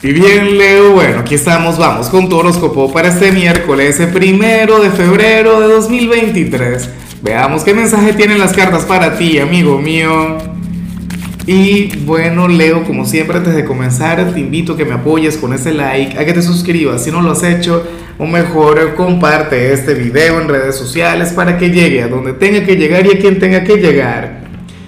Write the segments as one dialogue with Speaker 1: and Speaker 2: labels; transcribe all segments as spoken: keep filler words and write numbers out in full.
Speaker 1: Y bien, Leo, bueno, aquí estamos, vamos con tu horóscopo para este miércoles, el primero de febrero de dos mil veintitrés. Veamos qué mensaje tienen las cartas para ti, amigo mío. Y bueno, Leo, como siempre, antes de comenzar, te invito a que me apoyes con ese like, a que te suscribas si no lo has hecho, o mejor, comparte este video en redes sociales para que llegue a donde tenga que llegar y a quien tenga que llegar.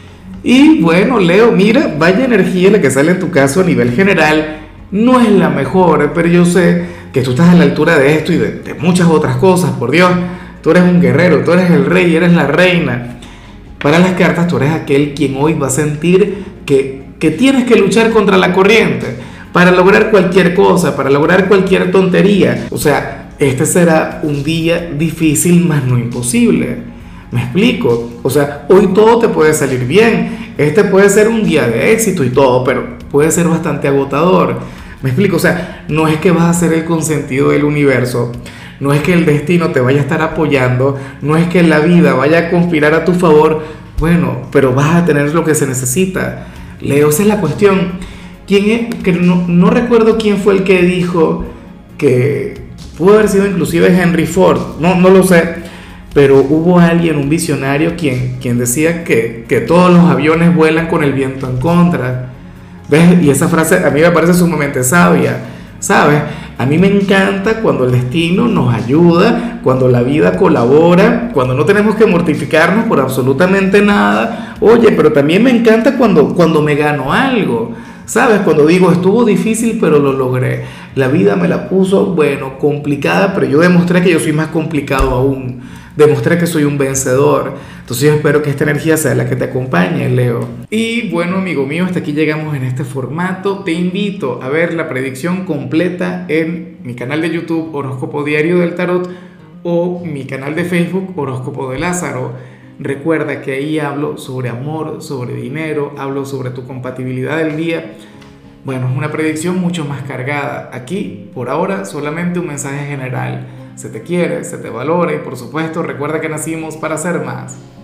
Speaker 1: Y bueno, Leo, mira, vaya energía la que sale en tu caso a nivel general. No es la mejor, pero yo sé que tú estás a la altura de esto y de, de muchas otras cosas, por Dios. Tú eres un guerrero, tú eres el rey, eres la reina. Para las cartas, tú eres aquel quien hoy va a sentir que, que tienes que luchar contra la corriente para lograr cualquier cosa, para lograr cualquier tontería. O sea, este será un día difícil, mas no imposible. ¿Me explico? O sea, hoy todo te puede salir bien. Este puede ser un día de éxito y todo, pero puede ser bastante agotador. ¿Me explico? O sea, no es que vas a ser el consentido del universo, no es que el destino te vaya a estar apoyando, no es que la vida vaya a conspirar a tu favor, bueno, pero vas a tener lo que se necesita. Leo, esa es la cuestión. ¿Quién es? Que no, no recuerdo quién fue el que dijo que pudo haber sido inclusive Henry Ford, no, no lo sé, pero hubo alguien, un visionario, quien, quien decía que, que todos los aviones vuelan con el viento en contra. ¿Ves? Y esa frase a mí me parece sumamente sabia, ¿sabes? A mí me encanta cuando el destino nos ayuda, cuando la vida colabora, cuando no tenemos que mortificarnos por absolutamente nada. Oye, pero también me encanta cuando, cuando me gano algo, ¿sabes? Cuando digo, estuvo difícil, pero lo logré. La vida me la puso, bueno, complicada, pero yo demostré que yo soy más complicado aún. Demostré que soy un vencedor. Entonces yo espero que esta energía sea la que te acompañe, Leo. Y bueno, amigo mío, hasta aquí llegamos en este formato. Te invito a ver la predicción completa en mi canal de YouTube Horóscopo Diario del Tarot o mi canal de Facebook Horóscopo de Lázaro. Recuerda que ahí hablo sobre amor, sobre dinero, hablo sobre tu compatibilidad del día. Bueno, es una predicción mucho más cargada. Aquí, por ahora, solamente un mensaje general. Se te quiere, se te valora y por supuesto recuerda que nacimos para ser más.